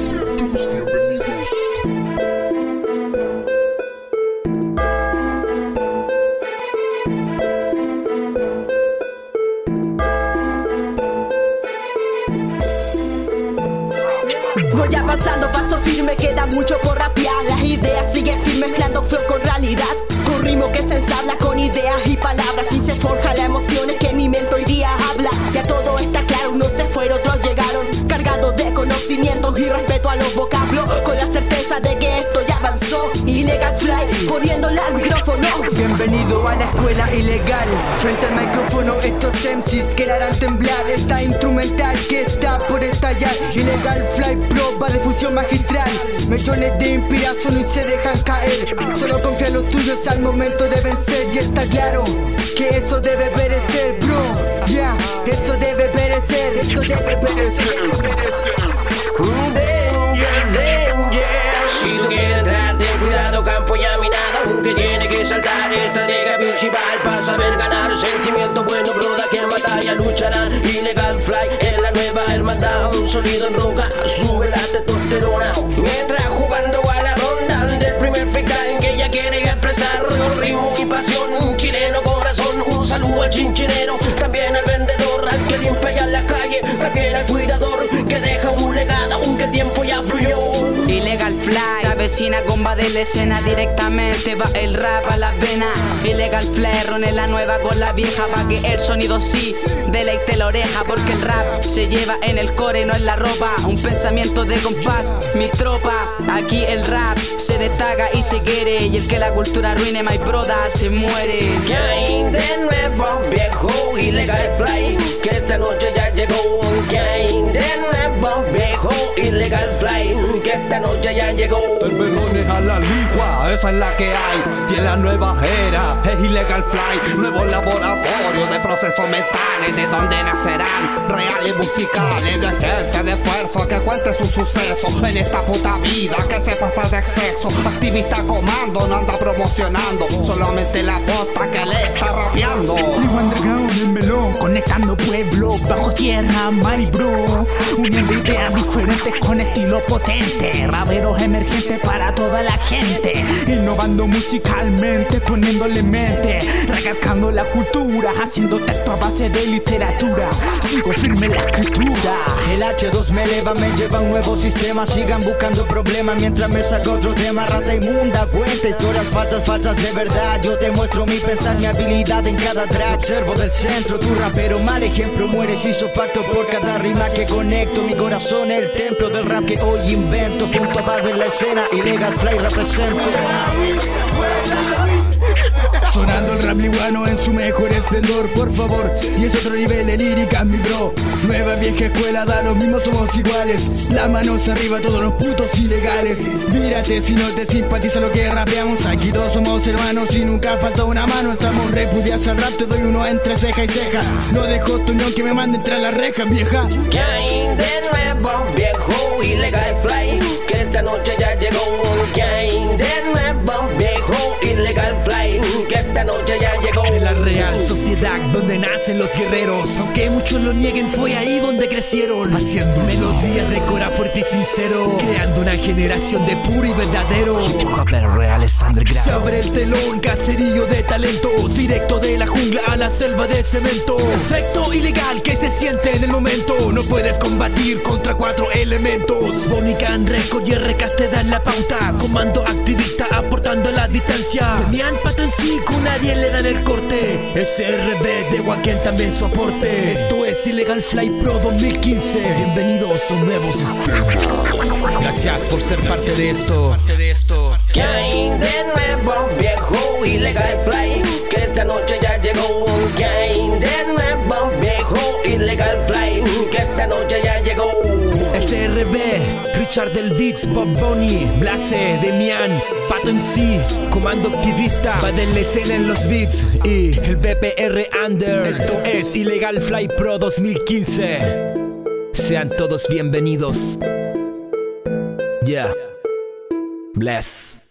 Sean todos bienvenidos. Voy avanzando, paso firme, queda mucho por rapear. Las ideas siguen firmes, mezclando flow con realidad. Un ritmo que se ensabla con ideas y palabras y se forja las emociones que mi mente hoy día habla. Ya todo está claro, unos se fueron, otros llegaron, cargados de conocimientos y respeto a los vocablos, con la certeza de que esto ya avanzó. Ilegal Fly, poniéndole al micrófono. Bienvenido a la escuela ilegal. Frente al micrófono estos MCs que la harán temblar. Esta instrumental que está por estallar. Ilegal Fly, prueba de fusión magistral. Millones de inspiración y se dejan caer. Solo confía en los tuyos al momento de vencer. Y está claro que eso debe perecer, bro. Ya, eso debe perecer. Eso debe perecer. Si tú quieres entrar, ten cuidado, campo ya minado. Aunque tiene que saltar esta liga principal para saber ganar. Sentimiento bueno, broda, que en batalla lucharán. Ilegal Fly es la nueva hermandad. Un sonido en roca, sube la testosterona. Mientras jugando a la ronda del primer fecal que ella quiere expresar con ritmo y pasión. Un chileno corazón, un saludo al chinchinero. También al vendedor, al que limpia ya la calle. También al cuidador que deja un legado, aunque el tiempo ya fluyó. Ilegal Fly, se avecina comba de la escena. Directamente va el rap a la vena. Ilegal Fly, rone la nueva con la vieja, pa' que el sonido sí deleite la oreja. Porque el rap se lleva en el core, no en la ropa. Un pensamiento de compás, mi tropa. Aquí el rap se destaca y se quiere. Y el que la cultura arruine, my broda, se muere. Que hay de nuevo, viejo, Ilegal Fly, que esta noche ya llegó. Que hay de nuevo, viejo, Ilegal Fly, que esta noche ya llegó. El melón es a la ligua, esa es la que hay. Y en la nueva era es Ilegal Fly. Nuevo laboratorio de procesos mentales, de donde nacerán reales musicales. De gente de esfuerzo que cuente su suceso en esta puta vida que se pasa de exceso. Activista comando, no anda promocionando, solamente la bota que le está rapeando. Ligo underground, el melón, conectando pueblos bajo tierra, my bro. Uniendo ideas diferentes con estilo potente. Raperos emergentes para toda la gente. Innovando musicalmente, poniéndole mente. Recalcando la cultura, haciendo texto a base de literatura. Sigo firme en la escritura. El H2 me eleva, me lleva a un nuevo sistema. Sigan buscando problemas mientras me saco otro tema. Rata inmunda, cuenta historias falsas, falsas de verdad. Yo te muestro mi pensar, mi habilidad en cada track. Observo del centro, tu rapero mal ejemplo. Mueres facto por cada rima que conecto. Mi corazón es el templo del rap que hoy invento. Junto a Bad en la escena, Ilegal Fly represento. Sonando el rap liguano en su mejor esplendor, por favor. Y es otro nivel de lírica, mi bro. Nueva vieja escuela, da lo mismo, somos iguales. Las manos arriba, todos los putos ilegales. Mírate si no te simpatiza lo que rapeamos. Aquí todos somos hermanos y nunca falta una mano. Estamos repudiados al rap, te doy uno entre ceja y ceja. No dejo tu unión que me mande entre las rejas, vieja. Que hay de nuevo, viejo, Ilegal Fly, que esta noche ya llegó. Que hay de nuevo, viejo, Ilegal Fly, que esta noche ya llegó. De la real sociedad donde nacen los guerreros, aunque muchos lo nieguen, fue ahí donde crecieron. Haciendo melodías de cora fuerte y sincero, creando una generación de puro y verdadero hip hopper reales underground. Se abre el telón, caserío de talentos, directo de la jungla a la selva de cemento. Efecto ilegal que se siente en el momento. No puedes combatir contra 4 elementos. Bonican Record y RK te dan la pauta. Comando activista aportando la distancia. Demian Pato en sí, con nadie le dan el corte. SRB de Wacken también su aporte. Esto es Ilegal Fly Pro 2015. Bienvenidos a un nuevo sistema. Gracias por ser parte de esto. Que hay de nuevo, viejo, Ilegal Fly, que esta noche ya llegó. Que hay de nuevo, viejo, Ilegal Fly, que esta noche ya llegó. SRB, Richard del Beats, Bob Bunny, Blase, Demian, Pato MC, Comando Activista, va de la escena en los beats y el BPR Under. Esto es Ilegal Fly Pro 2015. Sean todos bienvenidos. Yeah. Bless.